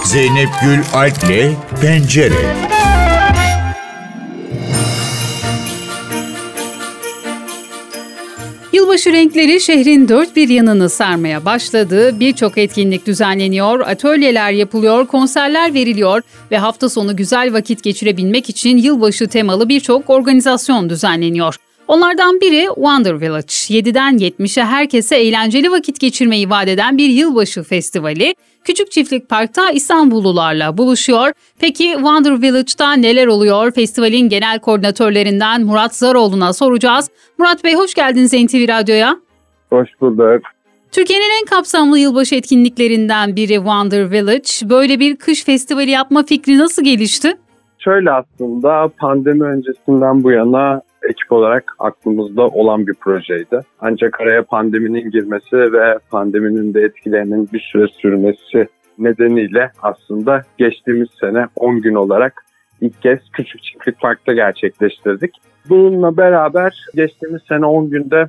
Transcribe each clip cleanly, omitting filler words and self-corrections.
Zeynep Gül Alp'le Pencere. Yılbaşı renkleri şehrin dört bir yanını sarmaya başladı. Birçok etkinlik düzenleniyor, atölyeler yapılıyor, konserler veriliyor ve hafta sonu güzel vakit geçirebilmek için yılbaşı temalı birçok organizasyon düzenleniyor. Onlardan biri Wonder Village. 7'den 70'e herkese eğlenceli vakit geçirmeyi vaat eden bir yılbaşı festivali. Küçük Çiftlik Park'ta İstanbullularla buluşuyor. Peki Wonder Village'da neler oluyor? Festivalin genel koordinatörlerinden Murat Zaroğlu'na soracağız. Murat Bey, hoş geldiniz NTV Radyo'ya. Hoş bulduk. Türkiye'nin en kapsamlı yılbaşı etkinliklerinden biri Wonder Village. Böyle bir kış festivali yapma fikri nasıl gelişti? Şöyle, aslında pandemi öncesinden bu yana ekip olarak aklımızda olan bir projeydi. Ancak araya pandeminin girmesi ve pandeminin de etkilerinin bir süre sürmesi nedeniyle aslında geçtiğimiz sene 10 gün olarak ilk kez Küçük Çiftlik Park'ta gerçekleştirdik. Bununla beraber geçtiğimiz sene 10 günde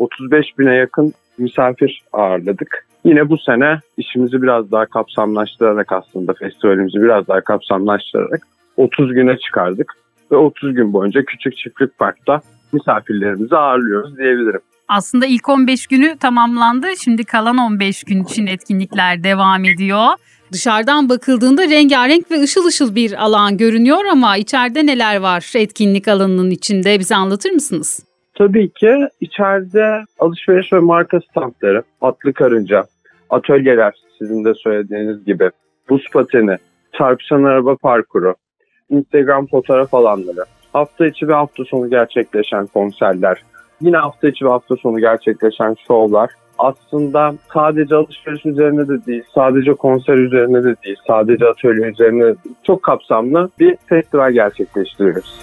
35 bine yakın misafir ağırladık. Yine bu sene işimizi biraz daha kapsamlaştırarak, aslında festivalimizi biraz daha kapsamlaştırarak 30 güne çıkardık. Ve 30 gün boyunca Küçük Çiftlik Park'ta misafirlerimizi ağırlıyoruz diyebilirim. Aslında ilk 15 günü tamamlandı. Şimdi kalan 15 gün için etkinlikler devam ediyor. Dışarıdan bakıldığında rengarenk ve ışıl ışıl bir alan görünüyor ama içeride neler var etkinlik alanının içinde, bize anlatır mısınız? Tabii ki içeride alışveriş ve marka standları, atlı karınca, atölyeler, sizin de söylediğiniz gibi, buz pateni, çarpışan araba parkuru, Instagram fotoğraf alanları, hafta içi ve hafta sonu gerçekleşen konserler, yine hafta içi ve hafta sonu gerçekleşen şovlar. Aslında sadece alışveriş üzerine de değil, sadece konser üzerine de değil, sadece atölye üzerine de değil, çok kapsamlı bir festival gerçekleştiriyoruz.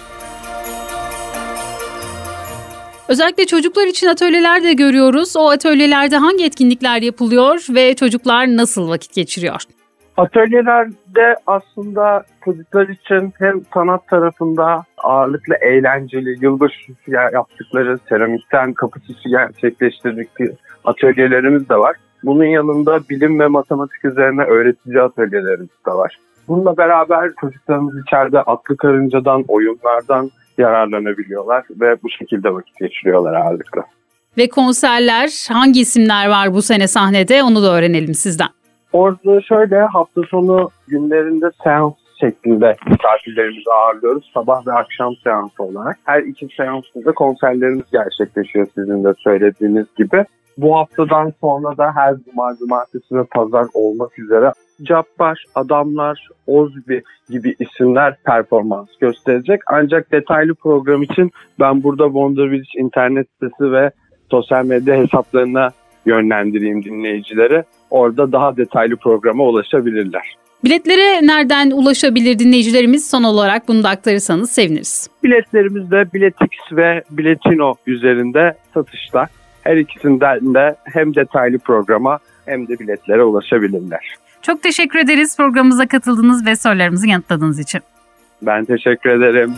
Özellikle çocuklar için atölyeler de görüyoruz. O atölyelerde hangi etkinlikler yapılıyor ve çocuklar nasıl vakit geçiriyor? Atölyelerde aslında çocuklar için hem sanat tarafında ağırlıklı eğlenceli, yılbaşı süsü yaptıkları, seramikten kapı süsü gerçekleştirdikleri atölyelerimiz de var. Bunun yanında bilim ve matematik üzerine öğretici atölyelerimiz de var. Bununla beraber çocuklarımız içeride atlı karıncadan, oyunlardan yararlanabiliyorlar ve bu şekilde vakit geçiriyorlar ağırlıklı. Ve konserler, hangi isimler var bu sene sahnede, onu da öğrenelim sizden. Orada şöyle, hafta sonu günlerinde seans şeklinde misafirlerimizi ağırlıyoruz. Sabah ve akşam seansı olarak. Her iki seansında konserlerimiz gerçekleşiyor sizin de söylediğiniz gibi. Bu haftadan sonra da her cumartesi ve pazar olmak üzere Cabbar, Adamlar, Ozbi gibi isimler performans gösterecek. Ancak detaylı program için ben burada Wonder Village internet sitesi ve sosyal medya hesaplarına yönlendireyim dinleyicileri. Orada daha detaylı programa ulaşabilirler. Biletlere nereden ulaşabilir dinleyicilerimiz? Son olarak bunu da aktarırsanız seviniriz. Biletlerimiz de Biletix ve Biletino üzerinde satışta. Her ikisinden de hem detaylı programa hem de biletlere ulaşabilirler. Çok teşekkür ederiz programımıza katıldığınız ve sorularımızı yanıtladığınız için. Ben teşekkür ederim.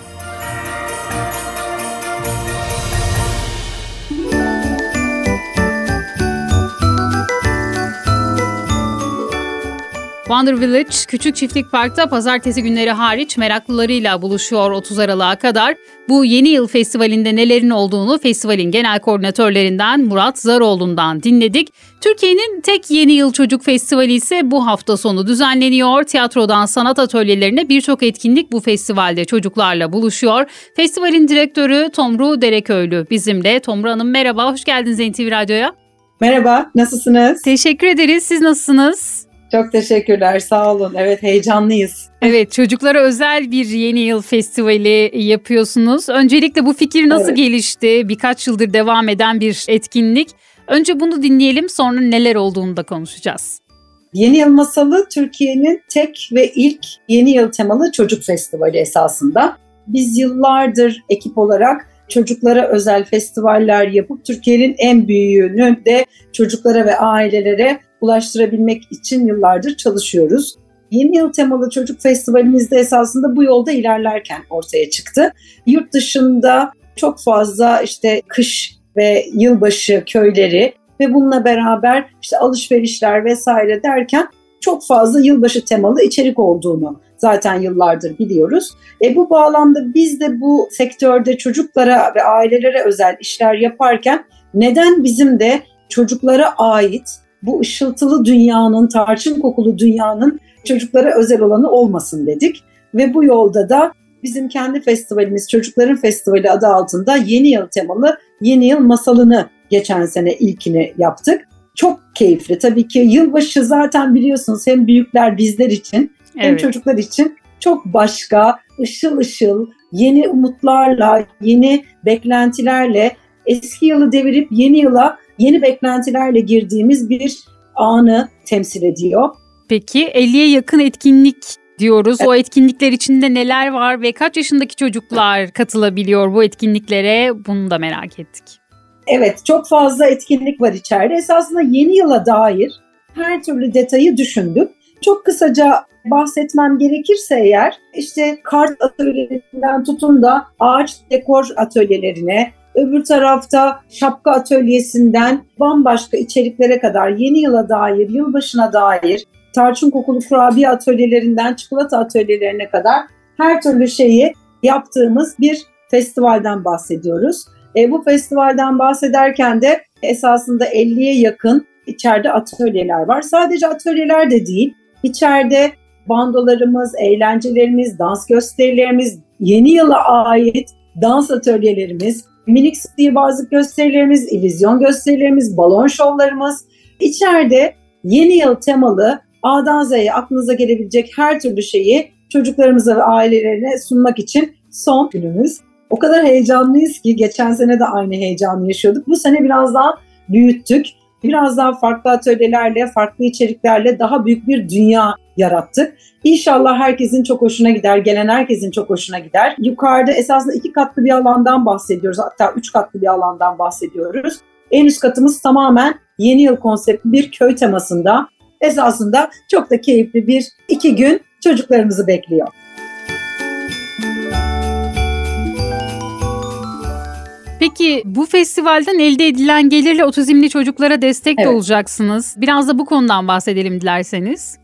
Wonder Village, Küçük Çiftlik Park'ta pazartesi günleri hariç meraklılarıyla buluşuyor 30 Aralık'a kadar. Bu yeni yıl festivalinde nelerin olduğunu festivalin genel koordinatörlerinden Murat Zaroğlu'ndan dinledik. Türkiye'nin tek yeni yıl çocuk festivali ise bu hafta sonu düzenleniyor. Tiyatrodan sanat atölyelerine birçok etkinlik bu festivalde çocuklarla buluşuyor. Festivalin direktörü Tomru Dereköylü bizimle. Tomru Hanım, merhaba, hoş geldiniz NTV Radyo'ya. Merhaba, nasılsınız? Teşekkür ederiz, siz nasılsınız? Çok teşekkürler, sağ olun. Evet, heyecanlıyız. Evet, çocuklara özel bir yeni yıl festivali yapıyorsunuz. Öncelikle bu fikir nasıl gelişti? Birkaç yıldır devam eden bir etkinlik. Önce bunu dinleyelim, sonra neler olduğunu da konuşacağız. Yeni Yıl Masalı Türkiye'nin tek ve ilk yeni yıl temalı çocuk festivali esasında. Biz yıllardır ekip olarak çocuklara özel festivaller yapıp Türkiye'nin en büyüğünü de çocuklara ve ailelere ulaştırabilmek için yıllardır çalışıyoruz. Yeni yıl temalı çocuk festivalimiz de esasında bu yolda ilerlerken ortaya çıktı. Yurt dışında çok fazla kış ve yılbaşı köyleri ve bununla beraber alışverişler vesaire derken çok fazla yılbaşı temalı içerik olduğunu zaten yıllardır biliyoruz. Bu bağlamda biz de bu sektörde çocuklara ve ailelere özel işler yaparken neden bizim de çocuklara ait bu ışıltılı dünyanın, tarçın kokulu dünyanın çocuklara özel olanı olmasın dedik. Ve bu yolda da bizim kendi festivalimiz Çocukların Festivali adı altında yeni yıl temalı Yeni Yıl Masalı'nı geçen sene ilkini yaptık. Çok keyifli. Tabii ki yılbaşı zaten biliyorsunuz hem büyükler bizler için hem çocuklar için çok başka, ışıl ışıl, yeni umutlarla, yeni beklentilerle, eski yılı devirip yeni yıla yeni beklentilerle girdiğimiz bir anı temsil ediyor. Peki 50'ye yakın etkinlik diyoruz. O etkinlikler içinde neler var ve kaç yaşındaki çocuklar katılabiliyor bu etkinliklere? Bunu da merak ettik. Evet, çok fazla etkinlik var içeride. Esasında yeni yıla dair her türlü detayı düşündük. Çok kısaca bahsetmem gerekirse eğer, işte kart atölyelerinden tutun da ağaç dekor atölyelerine, öbür tarafta şapka atölyesinden bambaşka içeriklere kadar yeni yıla dair, yılbaşına dair, tarçın kokulu kurabiye atölyelerinden çikolata atölyelerine kadar her türlü şeyi yaptığımız bir festivalden bahsediyoruz. Bu festivalden bahsederken de esasında 50'ye yakın içeride atölyeler var. Sadece atölyeler de değil, içeride bandolarımız, eğlencelerimiz, dans gösterilerimiz, yeni yıla ait dans atölyelerimiz, minik sihirbazlık gösterilerimiz, illüzyon gösterilerimiz, balon şovlarımız. İçeride yeni yıl temalı A'dan Z'ye aklınıza gelebilecek her türlü şeyi çocuklarımıza ve ailelerine sunmak için son günümüz. O kadar heyecanlıyız ki geçen sene de aynı heyecanı yaşıyorduk. Bu sene biraz daha büyüttük. Biraz daha farklı atölyelerle, farklı içeriklerle daha büyük bir dünya yarattık. İnşallah herkesin çok hoşuna gider, gelen herkesin çok hoşuna gider. Yukarıda esasında 2 katlı bir alandan bahsediyoruz, hatta 3 katlı bir alandan bahsediyoruz. En üst katımız tamamen yeni yıl konseptli bir köy temasında. Esasında çok da keyifli bir 2 gün çocuklarımızı bekliyor. Peki bu festivalden elde edilen gelirle otizmli çocuklara destek de olacaksınız. Biraz da bu konudan bahsedelim dilerseniz.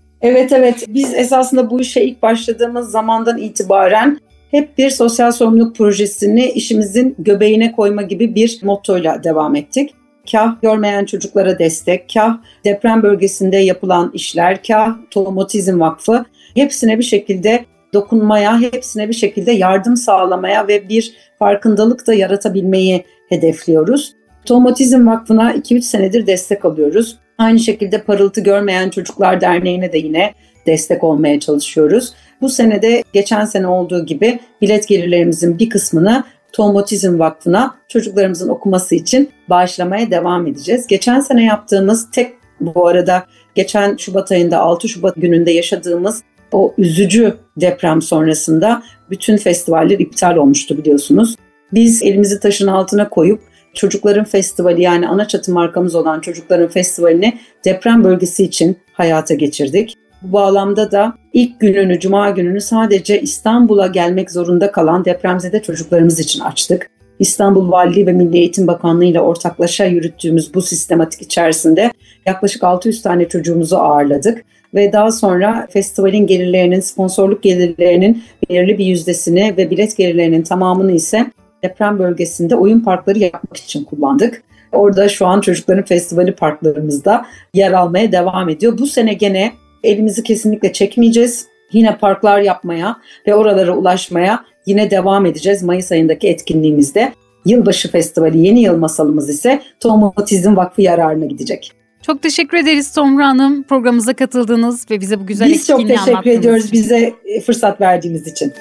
Evet. Biz esasında bu işe ilk başladığımız zamandan itibaren hep bir sosyal sorumluluk projesini işimizin göbeğine koyma gibi bir mottoyla devam ettik. Kah görmeyen çocuklara destek, kah deprem bölgesinde yapılan işler, kah Tohum Otizm Vakfı hepsine bir şekilde dokunmaya, hepsine bir şekilde yardım sağlamaya ve bir farkındalık da yaratabilmeyi hedefliyoruz. Tohum Otizm Vakfı'na 2-3 senedir destek alıyoruz. Aynı şekilde Parıltı Görmeyen Çocuklar Derneği'ne de yine destek olmaya çalışıyoruz. Bu sene de geçen sene olduğu gibi bilet gelirlerimizin bir kısmını Tohum Otizm Vakfı'na çocuklarımızın okuması için bağışlamaya devam edeceğiz. Geçen sene yaptığımız bu arada geçen Şubat ayında 6 Şubat gününde yaşadığımız o üzücü deprem sonrasında bütün festivaller iptal olmuştu biliyorsunuz. Biz elimizi taşın altına koyup Çocukların Festivali, yani ana çatı markamız olan Çocukların Festivali'ni deprem bölgesi için hayata geçirdik. Bu bağlamda da ilk gününü, Cuma gününü sadece İstanbul'a gelmek zorunda kalan depremzede çocuklarımız için açtık. İstanbul Valiliği ve Milli Eğitim Bakanlığı ile ortaklaşa yürüttüğümüz bu sistematik içerisinde yaklaşık 600 tane çocuğumuzu ağırladık. Ve daha sonra festivalin gelirlerinin, sponsorluk gelirlerinin belirli bir yüzdesini ve bilet gelirlerinin tamamını ise deprem bölgesinde oyun parkları yapmak için kullandık. Orada şu an Çocukların Festivali parklarımızda yer almaya devam ediyor. Bu sene gene elimizi kesinlikle çekmeyeceğiz. Yine parklar yapmaya ve oralara ulaşmaya yine devam edeceğiz Mayıs ayındaki etkinliğimizde. Yılbaşı Festivali Yeni Yıl Masalımız ise Tohum Otizm Vakfı yararına gidecek. Çok teşekkür ederiz Tomru Hanım, programımıza katıldığınız ve bize bu güzel etkinliği anlattığınız için. Biz çok teşekkür ediyoruz bize fırsat verdiğiniz için.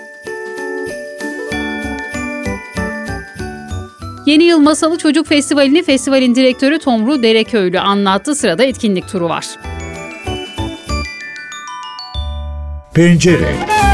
Yeni Yıl Masalı Çocuk Festivali'ni festivalin direktörü Tomru Dereköylü anlattı. Sırada etkinlik turu var. Pencere.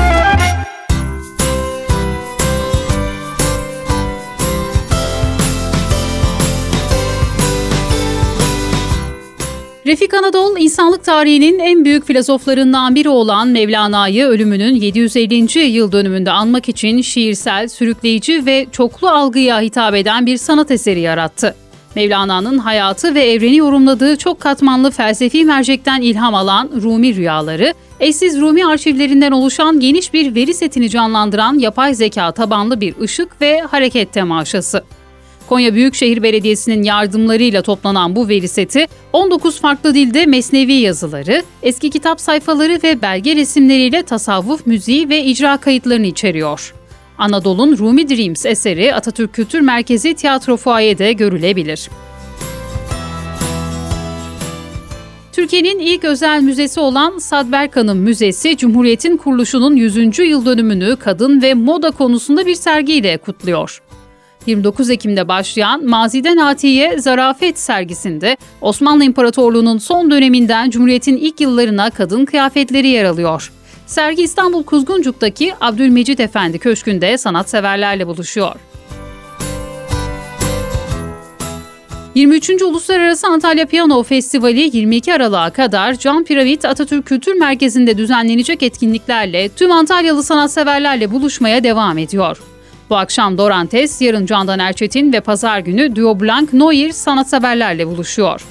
Refik Anadol, insanlık tarihinin en büyük filozoflarından biri olan Mevlana'yı ölümünün 750. yıl dönümünde anmak için şiirsel, sürükleyici ve çoklu algıya hitap eden bir sanat eseri yarattı. Mevlana'nın hayatı ve evreni yorumladığı çok katmanlı felsefi mercekten ilham alan Rumi Rüyaları, eşsiz Rumi arşivlerinden oluşan geniş bir veri setini canlandıran yapay zeka tabanlı bir ışık ve hareket temaşası. Konya Büyükşehir Belediyesi'nin yardımlarıyla toplanan bu veri seti, 19 farklı dilde mesnevi yazıları, eski kitap sayfaları ve belge resimleriyle tasavvuf müziği ve icra kayıtlarını içeriyor. Anadolu'nun Rumi Dreams eseri Atatürk Kültür Merkezi Tiyatro Fuaye'de görülebilir. Türkiye'nin ilk özel müzesi olan Sadberk Hanım Müzesi, Cumhuriyet'in kuruluşunun 100. yıl dönümünü kadın ve moda konusunda bir sergiyle kutluyor. 29 Ekim'de başlayan Maziden Atiye Zarafet sergisinde Osmanlı İmparatorluğu'nun son döneminden Cumhuriyet'in ilk yıllarına kadın kıyafetleri yer alıyor. Sergi İstanbul Kuzguncuk'taki Abdülmecid Efendi Köşkü'nde sanatseverlerle buluşuyor. 23. Uluslararası Antalya Piyano Festivali 22 Aralık'a kadar Cam Piramit Atatürk Kültür Merkezi'nde düzenlenecek etkinliklerle tüm Antalyalı sanatseverlerle buluşmaya devam ediyor. Bu akşam Dorantes, yarın Candan Erçetin ve pazar günü Duo Blanc Noir sanatseverlerle buluşuyor.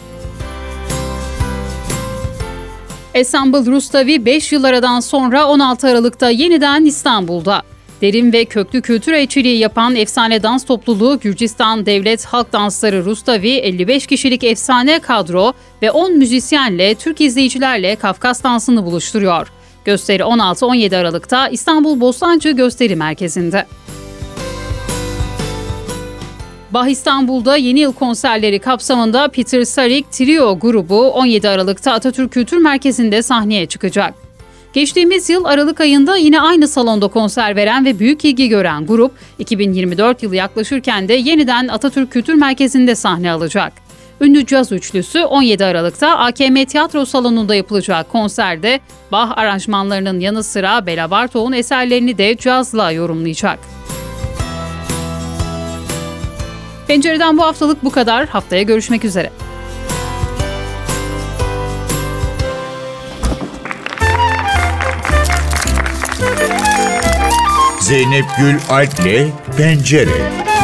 Ensemble Rustavi 5 yıl aradan sonra 16 Aralık'ta yeniden İstanbul'da. Derin ve köklü kültür elçiliği yapan efsane dans topluluğu Gürcistan Devlet Halk Dansları Rustavi 55 kişilik efsane kadro ve 10 müzisyenle Türk izleyicilerle Kafkas dansını buluşturuyor. Gösteri 16-17 Aralık'ta İstanbul Bostancı Gösteri Merkezi'nde. Bah İstanbul'da yeni yıl konserleri kapsamında Peter Sarik Trio grubu 17 Aralık'ta Atatürk Kültür Merkezi'nde sahneye çıkacak. Geçtiğimiz yıl Aralık ayında yine aynı salonda konser veren ve büyük ilgi gören grup, 2024 yılı yaklaşırken de yeniden Atatürk Kültür Merkezi'nde sahne alacak. Ünlü caz üçlüsü 17 Aralık'ta AKM Tiyatro Salonu'nda yapılacak konserde Bach aranjmanlarının yanı sıra Bela Bartok'un eserlerini de cazla yorumlayacak. Pencereden bu haftalık bu kadar. Haftaya görüşmek üzere. Zeynep Gül Alp'le Pencere.